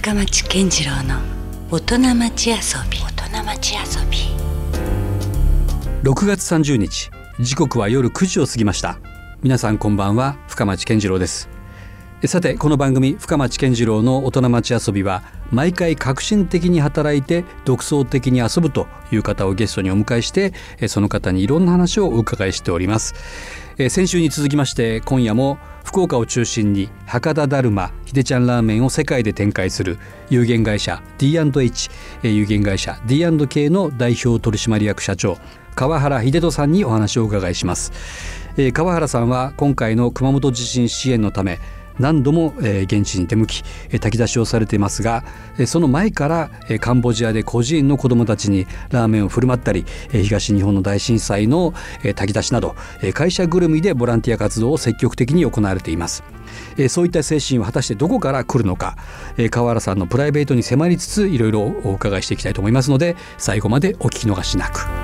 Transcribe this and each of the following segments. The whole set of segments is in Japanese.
深町健次郎の大人町遊び。 6月30日、時刻は夜9時を過ぎました。皆さんこんばんは、深町健次郎です。さて、この番組深町健次郎の大人町遊びは毎回革新的に働いて独創的に遊ぶという方をゲストにお迎えして、その方にいろんな話をお伺いしております。先週に続きまして今夜も福岡を中心に博多だるまひでちゃんラーメンを世界で展開する有限会社 D&H、有限会社 D&K の代表取締役社長川原秀人さんにお話をお伺いします。川原さんは今回の熊本地震支援のため何度も現地に出向き炊き出しをされていますが、その前からカンボジアで孤児院の子どもたちにラーメンを振る舞ったり、東日本の大震災の炊き出しなど会社ぐるみでボランティア活動を積極的に行われています。そういった精神は果たしてどこから来るのか、川原さんのプライベートに迫りつついろいろお伺いしていきたいと思いますので、最後までお聞き逃しなく。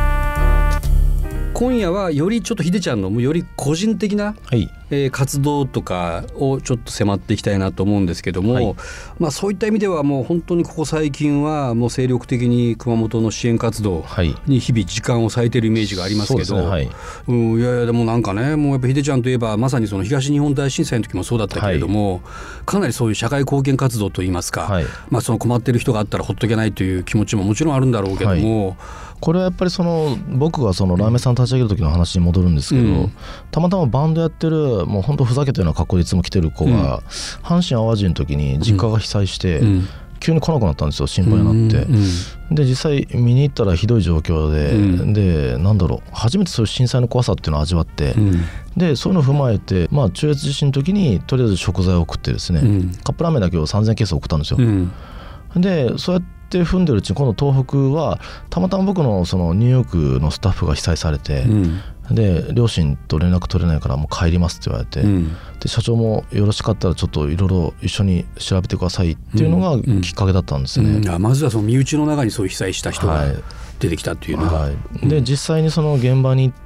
今夜はよりちょっとひでちゃんのより個人的な、活動とかをちょっと迫っていきたいなと思うんですけども、そういった意味ではもう本当にここ最近はもう精力的に熊本の支援活動に日々時間を割いているイメージがありますけど、いやでもなんかね、もうやっぱひでちゃんといえばまさにその東日本大震災の時もそうだったけれども、かなりそういう社会貢献活動といいますか、その困っている人があったらほっとけないという気持ちももちろんあるんだろうけども、 これはやっぱり僕がそのラーメンさん立ち上げる時の話に戻るんですけど、たまたまバンドやってるもう本当ふざけたような格好でいつも来てる子が、阪神淡路の時に実家が被災して、急に来なくなったんですよ。心配になって、で実際見に行ったらひどい状況で、初めてそういう震災の怖さっていうのを味わって、でそういうのを踏まえて、中越地震の時にとりあえず食材を送ってですね、カップラーメンだけを3000ケース送ったんですよ。でそうやって踏んでるうちに今度東北はたまたま僕のそのニューヨークのスタッフが被災されて、で両親と連絡取れないからもう帰りますって言われて、で社長もよろしかったらちょっといろいろ一緒に調べてくださいっていうのがきっかけだったんですね。 まずはその身内の中にそういう被災した人が出てきたっていうのが、 で実際にその現場に行って、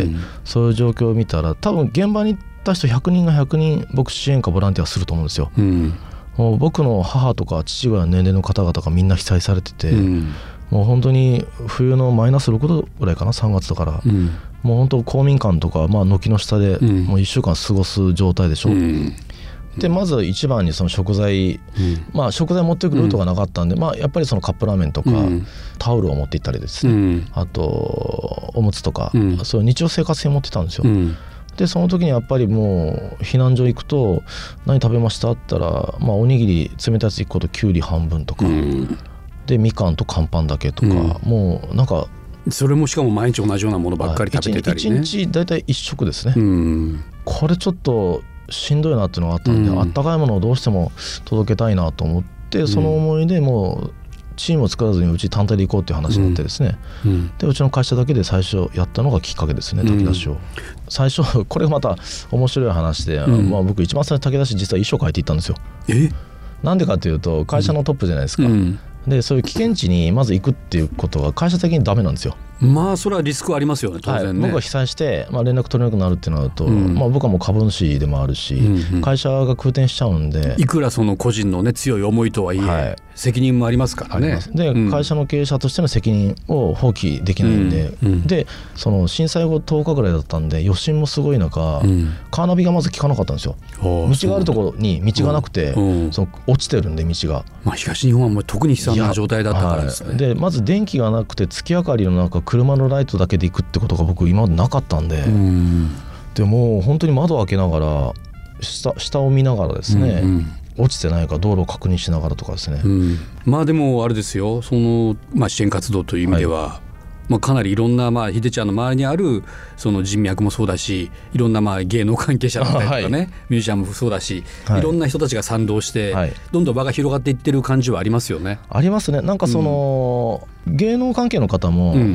そういう状況を見たら多分現場に行った人100人が100人僕支援かボランティアすると思うんですよ。もう僕の母とか父ぐらいの年齢の方々がみんな被災されてて、もう本当に冬のマイナス6度ぐらいかな、3月だから、もう本当公民館とか、軒の下でもう1週間過ごす状態でしょ。でまず一番にその食材、食材持ってくるルートがなかったんで、やっぱりそのカップラーメンとか、タオルを持って行ったりですね、あとおむつとか、そういう日常生活品持ってたんですよ。でその時にやっぱりもう避難所行くと何食べましたって言ったら、おにぎり冷たいやつ1個ときゅうり半分とか、でみかんと乾パンだけとか、もうなんかそれもしかも毎日同じようなものばっかり食べてたりね。 1日だいたい1食ですね。これちょっとしんどいなっていうのがあったんで、あったかいものをどうしても届けたいなと思って、その思いでもうチームを作らずにうち単体で行こうっていう話になってですね、でうちの会社だけで最初やったのがきっかけですね、炊き出しを。最初これがまた面白い話で、僕一番最初炊き出し実は遺書書いていったんですよ。なんでかというと会社のトップじゃないですか、でそういう危険地にまず行くっていうことは会社的にダメなんですよ。 それはリスクありますよね、当然ね。 僕が被災して、連絡取れなくなるってなると、僕はもう株主でもあるし、会社が空転しちゃうんで、 いくらその個人のね強い思いとはいえ、責任もありますからね。 で、会社の経営者としての責任を放棄できないんで、でその震災後10日ぐらいだったんで余震もすごい中、カーナビがまず効かなかったんですよ。道があるところに道がなくて、その落ちてるんで道が、 東日本はもう特に悲惨な状態だったからですね。 でまず電気がなくて月明かりの中車のライトだけで行くってことが僕今までなかったんで、でもう本当に窓を開けながら下を見ながらですね、落ちてないか道路を確認しながらとかですね、 でもあれですよ、その、支援活動という意味では、かなりいろんな、ひでちゃんの周りにあるその人脈もそうだし、いろんな芸能関係者だったりとかね、ミュージシャンもそうだし、いろんな人たちが賛同して、どんどん場が広がっていってる感じはありますよね。 ありますね。なんかその、芸能関係の方も、もう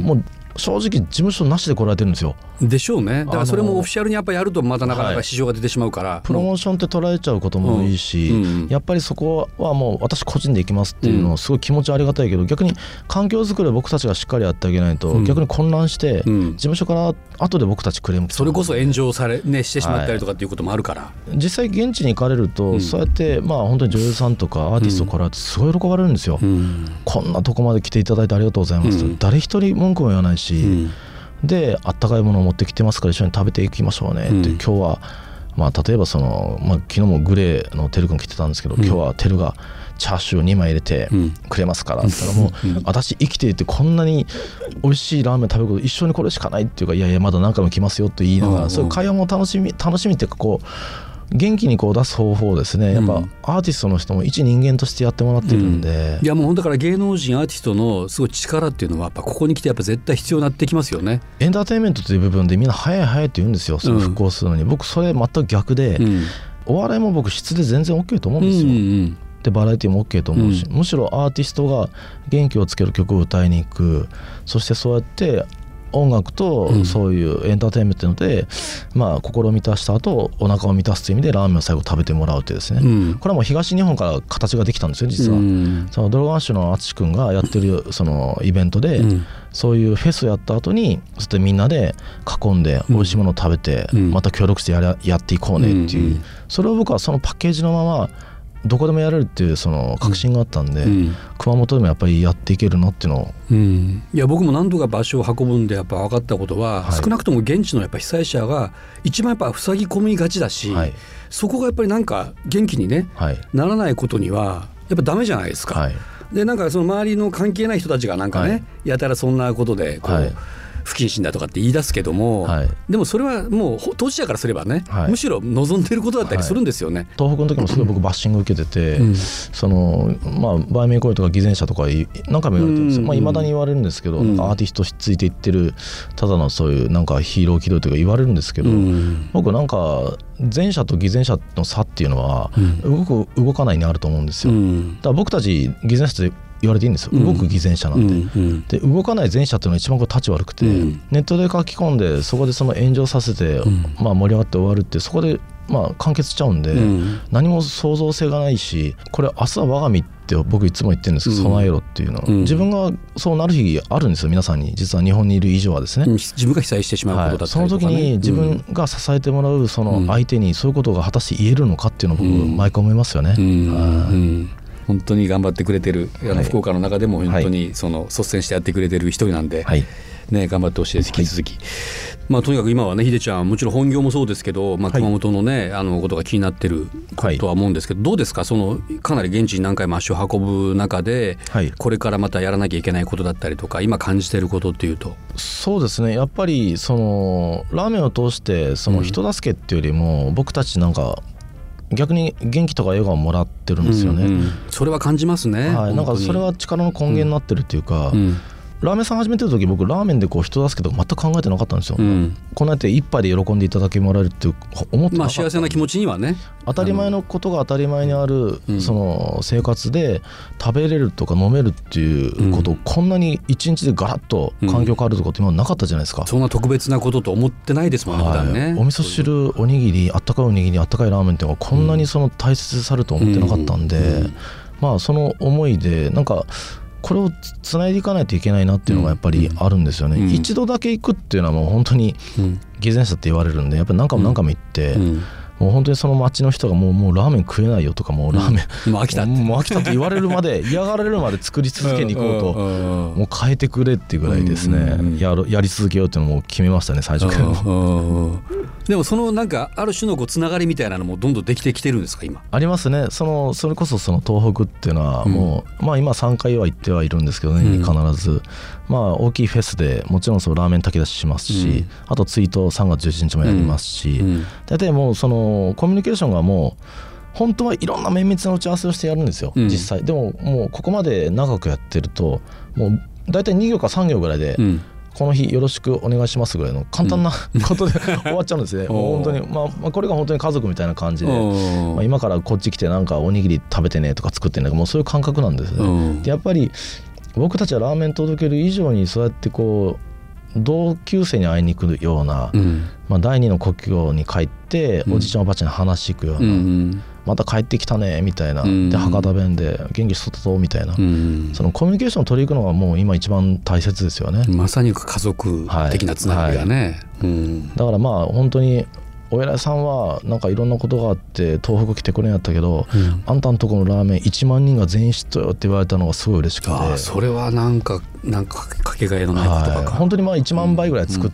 正直事務所なしで来られてるんですよ。 でしょうね。だからそれもオフィシャルにやっぱりやるとまたなかなか支障が出てしまうから、 プロモーションって捉えちゃうこともいいし、やっぱりそこはもう私個人で行きますっていうのはすごい気持ちありがたいけど、逆に環境づくりを僕たちがしっかりやってあげないと逆に混乱して、事務所から後で僕たちクレーム、 それこそ炎上され、してしまったりとかっていうこともあるから、 実際現地に行かれると、そうやって本当に女優さんとかアーティスト来られてすごい喜ばれるんですよ。こんなとこまで来ていただいてありがとうございますと、誰一人文句も言わないし、であったかいものを持ってきてますから一緒に食べていきましょうねって、今日は例えば昨日もグレーのテル君来てたんですけど、今日はテルがチャーシューを2枚入れてくれますからって言ったら、もう私生きていてこんなに美味しいラーメン食べること一生にこれしかないっていうか、いやいやまだ何回も来ますよと言いながら、そういう会話も楽しみっていうか、こう元気に出す方法をですね、やっぱアーティストの人も一人間としてやってもらってるんで、 いやもうだから芸能人アーティストのすごい力っていうのはやっぱここに来てやっぱ絶対必要になってきますよね。 エンターテインメントという部分でみんな早い早いって言うんですよ、その復興するのに。僕それ全く逆で、お笑いも僕質で全然 OK と思うんですよ、でバラエティも OK と思うし、むしろアーティストが元気をつける曲を歌いに行く、そしてそうやって音楽とそういうエンターテインメントで、心を満たした後お腹を満たすという意味でラーメンを最後食べてもらうってですね、これはもう東日本から形ができたんですよ実は。そのドラゴンアッシュの淳君がやってるそのイベントで、そういうフェスをやった後にそしてみんなで囲んで美味しいものを食べて、また協力してやっていこうねっていう、それを僕はそのパッケージのままどこでもやれるっていうその確信があったんで、熊本でもやっぱりやっていけるなっていうのを、 いや僕も何度か場所を運ぶんでやっぱ分かったことは、少なくとも現地のやっぱ被災者が一番やっぱ塞ぎ込みがちだし、そこがやっぱりなんか元気にね、ならないことにはやっぱダメじゃないですか、でなんかその周りの関係ない人たちがなんかね、やたらそんなことでこう、不謹慎だとかって言い出すけども、でもそれはもう当事者からすればね、むしろ望んでることだったりするんですよね。 東北の時もすごい僕バッシング受けてて、その売名行為とか偽善者とか何回も言われてるんですよ。未だに言われるんですけど、アーティストひっついていってるただのそういうなんかヒーロー気取りとか言われるんですけど、僕なんか前者と偽善者の差っていうのは動かないにあると思うんですよ。だから僕たち偽善者って言われていいんですよ。動く偽善者なんで、で動かない前者っていうのが一番立ち悪くて、ネットで書き込んでそこでその炎上させて、盛り上がって終わるって、そこで完結しちゃうんで、何も創造性がないし、これ明日は我が身って僕いつも言ってるんですけど、備えろっていうの、自分がそうなる日あるんですよ。皆さんに実は日本にいる以上はですね、 自分が被災してしまうことだったりとかね、 その時に自分が支えてもらうその相手にそういうことが果たして言えるのかっていうのを僕毎回思いますよね。 本当に頑張ってくれてる、福岡の中でも本当にその率先してやってくれてる一人なんで、頑張ってほしいです。引き続き、とにかく今はね、ひでちゃんもちろん本業もそうですけど、熊本のねことが気になってるとは思うんですけど、どうですか、そのかなり現地に何回も足を運ぶ中で、これからまたやらなきゃいけないことだったりとか、今感じてることっていうと。 そうですね、やっぱりそのラーメンを通してその人助けっていうよりも、僕たちなんか逆に元気とか笑顔をもらってるんですよね。 それは感じますね。 なんかそれは力の根源になってるっていうか、ラーメンさん始めてる時、僕ラーメンで人助けとか全く考えてなかったんですよ。こんなやって一杯で喜んでいただけもらえるって思ってなかった。 幸せな気持ちにはね、 当たり前のことが当たり前にあるその生活で食べれるとか飲めるっていうことを、こんなに一日でガラッと環境変わるとかって今なかったじゃないですか。 そんな特別なことと思ってないですもんね、普段ね。 お味噌汁、おにぎり、あったかいおにぎり、あったかいラーメンっていうのがこんなにその大切されると思ってなかったんで、その思いでなんかこれをつないでいかないといけないなっていうのがやっぱりあるんですよね。一度だけ行くっていうのはもう本当に偽善者って言われるんで、やっぱり何回も行って、もう本当にその町の人がもうラーメン食えないよとか、もうラーメン、 もう飽きたって言われるまで、嫌がられるまで作り続けに行こうと、もう変えてくれっていうぐらいですね、やり続けようっていうのも決めましたね、最初から。 でもそのなんかある種のつながりみたいなのもどんどんできてきてるんですか、今。 ありますね。それこそその東北っていうのはもう、今3回は行ってはいるんですけどね、必ず大きいフェスでもちろんそのラーメン炊き出ししますし、あとツイート3月11日もやりますし、大体もうそのコミュニケーションがもう本当はいろんな綿密な打ち合わせをしてやるんですよ、実際。でももうここまで長くやってると、もう大体2行か3行ぐらいで、この日よろしくお願いしますぐらいの簡単なことで終わっちゃうんですね。本当にこれが本当に家族みたいな感じで、今からこっち来てなんかおにぎり食べてねとか作ってね、もうそういう感覚なんですね。でやっぱり僕たちはラーメン届ける以上にそうやって同級生に会いに行くような、第二の故郷に帰っておじいちゃんおばあちゃんに話していくような、また帰ってきたねみたいな、で博多弁で元気しとったぞみたいな、そのコミュニケーションを取り行くのがもう今一番大切ですよね。 まさに家族的なつながりがね、 だから本当にお偉いさんはなんかいろんなことがあって東北来てくれんやったけど、あんたんとこのラーメン1万人が全員知っとよって言われたのがすごい嬉しくて、 それはなんかかけがえのない言葉か、 本当に1万杯ぐらい作って、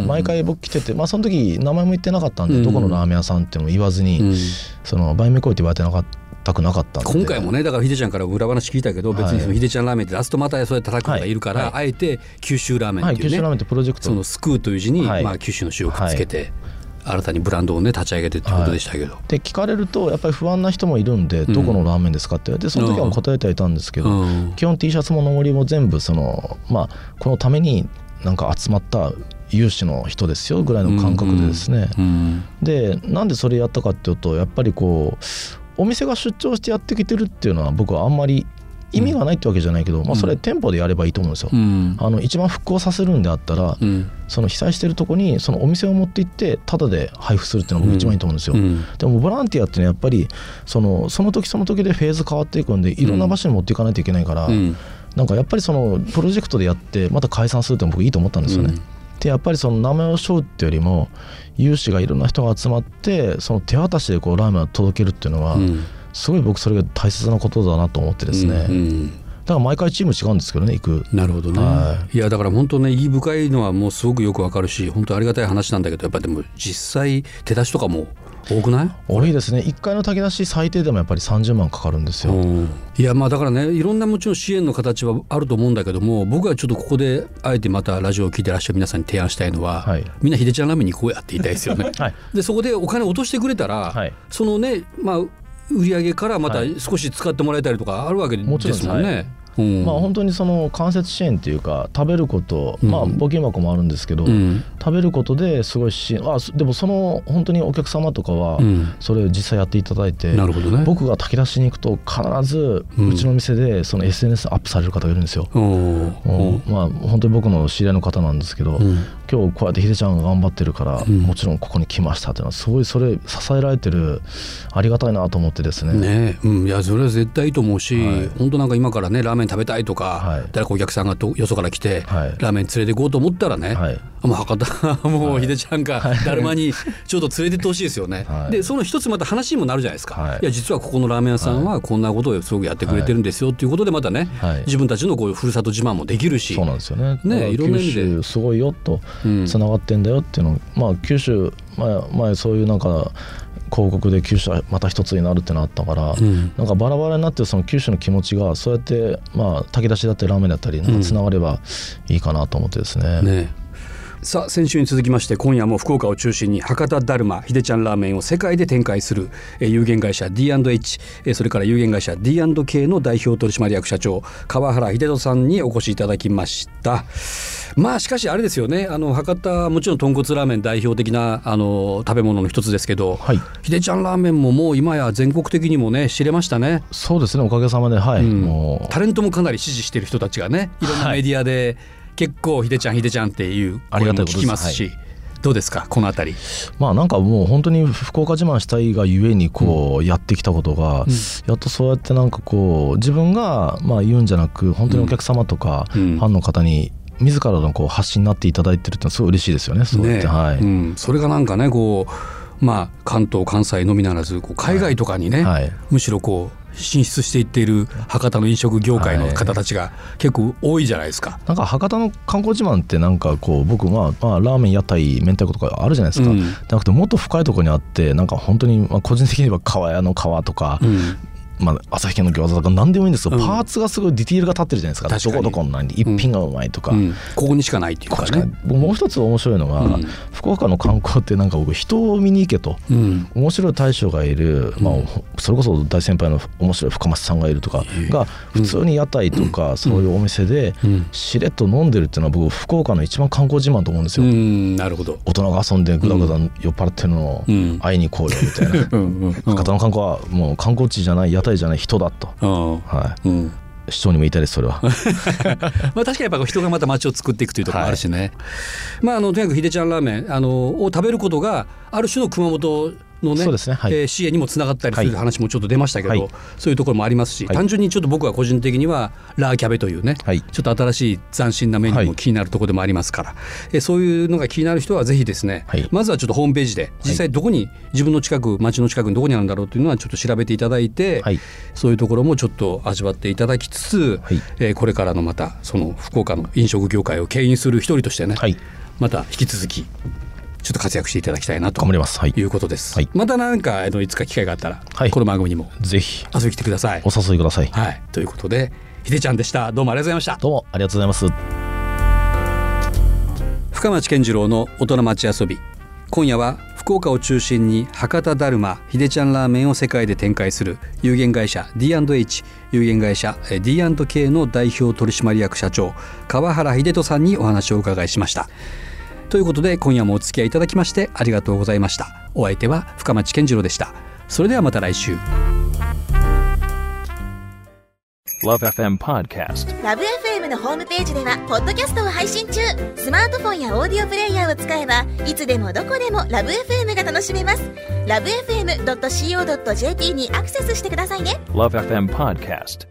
毎回僕来てて、その時名前も言ってなかったんで、どこのラーメン屋さんっていうのも言わずに、その売名行為って言われてなかったくなかったんで、 今回もねだからヒデちゃんから裏話聞いたけど、別にそのヒデちゃんラーメンってラストまたそうやって叩くのがいるから、あえて九州ラーメンっていうね、 九州ラーメンってプロジェクト、 その救うという字に、九州の塩をくっつけて、新たにブランドをね立ち上げてってことでしたけど、 で聞かれるとやっぱり不安な人もいるんで、どこのラーメンですかって言われて、その時は答えてはいたんですけど、基本 T シャツものもりも全部そのこのためになんか集まった有志の人ですよぐらいの感覚でですね、でなんでそれやったかっていうと、やっぱりこうお店が出張してやってきてるっていうのは僕はあんまり意味がないってわけじゃないけど、それ店舗でやればいいと思うんですよ。一番復興させるんであったら、その被災してるとこにそのお店を持って行ってタダで配布するっていうのが僕一番いいと思うんですよ。でもボランティアってね、やっぱりその時その時でフェーズ変わっていくんで、いろんな場所に持っていかないといけないから、なんかやっぱりそのプロジェクトでやってまた解散するって僕いいと思ったんですよね。でやっぱりその名前を背負うっていうよりも、有志がいろんな人が集まってその手渡しでこうラーメンを届けるっていうのは、すごい僕それが大切なことだなと思ってですね、だから毎回チーム違うんですけどね、行く。 なるほどね、いやだから本当ね、意義深いのはもうすごくよくわかるし、本当ありがたい話なんだけど、やっぱりでも実際手出しとかも多くない？ 多いですね。1回の炊き出し最低でもやっぱり30万かかるんですよ。 いやだからね、いろんなもちろん支援の形はあると思うんだけども、僕はちょっとここであえてまたラジオを聞いてらっしゃる皆さんに提案したいのは、みんなヒデちゃんラーメンに行こうやって言いたいですよね。でそこでお金を落としてくれたら、そのね売り上げからまた少し使ってもらえたりとかあるわけですもんね。本当にその間接支援っていうか、食べること、募金箱もあるんですけど、食べることですごいでもその本当にお客様とかはそれを実際やっていただいて、僕が炊き出しに行くと必ずうちの店でその SNS アップされる方がいるんですよ。本当に僕の知り合いの方なんですけど、今日こうやってヒデちゃんが頑張ってるから、もちろんここに来ましたっていうのはすごい、それ支えられてる、ありがたいなと思ってですね。いやそれは絶対いいと思うし、本当なんか今からねラーメン食べたいとか、誰かお客さんがよそから来て、ラーメン連れて行こうと思ったらね、もう博多もうヒデちゃんがだるまにちょっと連れてってほしいですよね。でその一つまた話にもなるじゃないですか。いや実はここのラーメン屋さんはこんなことをすごくやってくれてるんですよっていうことで、またね、自分たちのこういうふるさと自慢もできるし。 そうなんですよね。 いろんな意味で九州すごいよとつながってんだよっていうの、九州前そういうなんか広告で九州はまた一つになるってのあったから、なんかバラバラになってその九州の気持ちがそうやって炊き出しだったりラーメンだったりなんかつながればいいかなと思ってですね。 さあ先週に続きまして、今夜も福岡を中心に博多だるまヒデちゃんラーメンを世界で展開する有限会社 D&H、 それから有限会社 D&K の代表取締役社長川原秀人さんにお越しいただきました。しかしあれですよね、博多はもちろん豚骨ラーメン代表的な食べ物の一つですけど、ヒデちゃんラーメンももう今や全国的にもね知れましたね。 そうですね、おかげさまで、 もうタレントもかなり支持している人たちがね、いろんなメディアで結構ヒデちゃんっていう声も聞きますし、どうですかこのあたり。 なんかもう本当に福岡自慢したいがゆえにこうやってきたことが、やっとそうやってなんかこう自分が言うんじゃなく、本当にお客様とかファンの方に自らのこう発信になっていただいてるってのはすごい嬉しいですよね。そうやって、 それがなんかねこう関東関西のみならず海外とかにね、むしろこう進出していっている博多の飲食業界の方たちが結構多いじゃないですか。 なんか博多の観光自慢ってなんかこう僕ラーメン屋台明太子とかあるじゃないですか、じゃなくてもっと深いところにあって、なんか本当に個人的に言えば川屋の川とか、朝日家の餃子とか何でもいいんですけど、パーツがすごいディティールが立ってるじゃないですか。どこどこの何一品がうまいとか、 ここにしかないっていうかね。 もう一つ面白いのが、福岡の観光ってなんか僕人を見に行けと、面白い大将がいる、それこそ大先輩の面白い深町さんがいるとかが普通に屋台とかそういうお店でしれっと飲んでるっていうのは僕福岡の一番観光自慢と思うんですよ。 なるほど。 大人が遊んでぐだぐだ酔っ払ってるのを会いに行こうよみたいな。博多の観光はもう観光地じゃない屋台じゃない人だと、 市長にも言いたいですそれはまあ確かにやっぱ人がまた街を作っていくというところもあるしね、まあとにかくひでちゃんラーメンを食べることがある種の熊本のね、 そうですね、はい、 支援にもつながったりする話もちょっと出ましたけど、はい、そういうところもありますし、はい、単純にちょっと僕は個人的にはラーキャベというね、はい、ちょっと新しい斬新なメニューも気になるところでもありますから、はい、そういうのが気になる人はぜひですね、はい、まずはちょっとホームページで実際どこに、自分の近く街の近くにどこにあるんだろうというのはちょっと調べていただいて、はい、そういうところもちょっと味わっていただきつつ、はい、これからのまたその福岡の飲食業界を牽引する一人としてね、はい、また引き続きちょっと活躍していただきたいなということです、はい、また何かいつか機会があったら、はい、この番組にもぜひ遊びに来てください。 お誘いください、 はい、ということでひでちゃんでした。どうもありがとうございました。 どうもありがとうございます。 深町健次郎の大人町遊び、今夜は福岡を中心に博多だるまひでちゃんラーメンを世界で展開する有限会社 D&H 有限会社 D&K の代表取締役社長川原秀人さんにお話をお伺いしました。ということで今夜もお付き合いいただきましてありがとうございました。お相手は深町健次郎でした。それではまた来週。 LoveFM Podcast。LoveFM のホームページではポッドキャストを配信中。スマートフォンやオーディオプレイヤーを使えばいつでもどこでも LoveFM が楽しめます。 LoveFM.co.jp にアクセスしてくださいね。 LoveFM Podcast